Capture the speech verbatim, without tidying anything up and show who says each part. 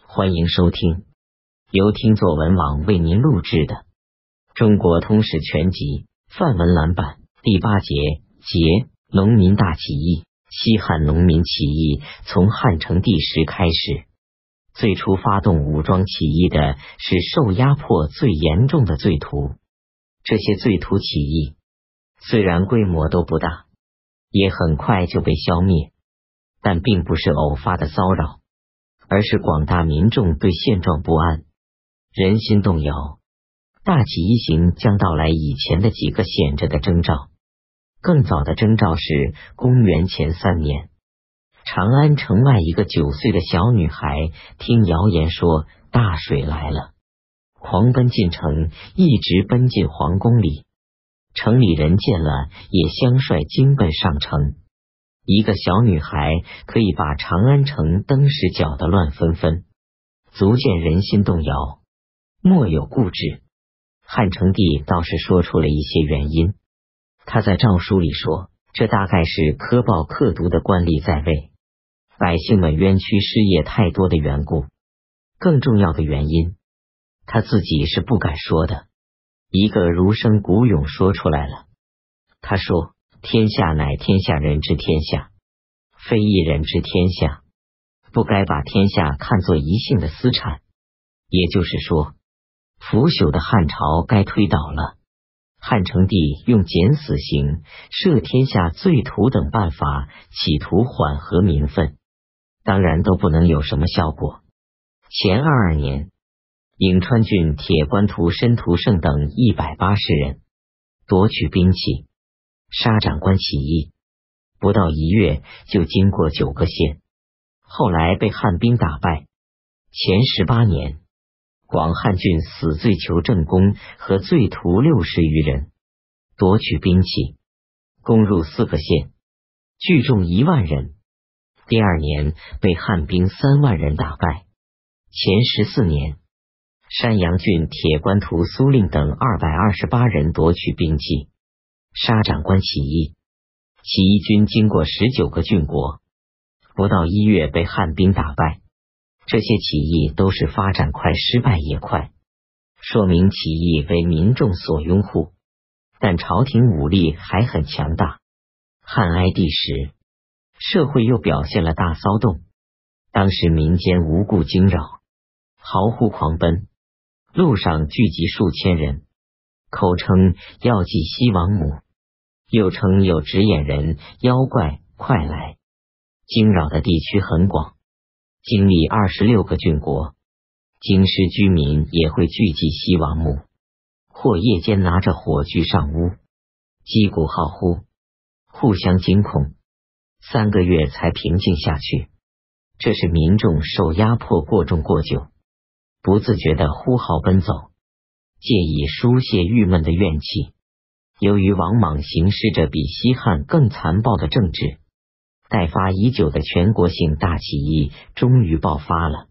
Speaker 1: 欢迎收听由听作文网为您录制的《中国通史全集》范文栏版第八节节农民大起义。西汉农民起义从汉成帝时开始，最初发动武装起义的是受压迫最严重的罪徒。这些罪徒起义虽然规模都不大，也很快就被消灭，但并不是偶发的骚扰，而是广大民众对现状不安，人心动摇。大起义行将到来以前的几个显着的征兆。更早的征兆是公元前三年，长安城外一个九岁的小女孩听谣言说大水来了，狂奔进城，一直奔进皇宫里。城里人见了也相率惊奔上城。一个小女孩可以把长安城登时搅得乱纷纷，足见人心动摇，莫有固执。汉成帝倒是说出了一些原因。他在诏书里说，这大概是苛暴刻毒的官吏在位，百姓们冤屈失业太多的缘故。更重要的原因，他自己是不敢说的，一个儒生古勇说出来了。他说，天下乃天下人之天下，非一人之天下，不该把天下看作一姓的私产。也就是说，腐朽的汉朝该推倒了。汉成帝用减死刑、赦天下罪徒等办法，企图缓和民愤，当然都不能有什么效果。前二二年，颍川郡铁官屠申屠胜等一百八十人，夺取兵器，杀长官起义，不到一月就经过九个县，后来被汉兵打败。前十八年，广汉郡死罪囚正公和罪徒六十余人，夺取兵器，攻入四个县，聚众一万人。第二年被汉兵三万人打败。前十四年，山阳郡铁官屠苏令等二百二十八人夺取兵器，杀长官起义。起义军经过十九个郡国，不到一月被汉兵打败。这些起义都是发展快，失败也快，说明起义为民众所拥护，但朝廷武力还很强大。汉哀帝时，社会又表现了大骚动，当时民间无故惊扰，豪户狂奔，路上聚集数千人，口称要祭西王母，又称有直眼人、妖怪快来，惊扰的地区很广。经历二十六个郡国，京师居民也会聚集西王母，或夜间拿着火炬上屋，击鼓号呼，互相惊恐，三个月才平静下去。这是民众受压迫过重过久，不自觉的呼号奔走，借以疏泄郁闷的怨气。由于王莽行施着比西汉更残暴的政治，待发已久的全国性大起义终于爆发了。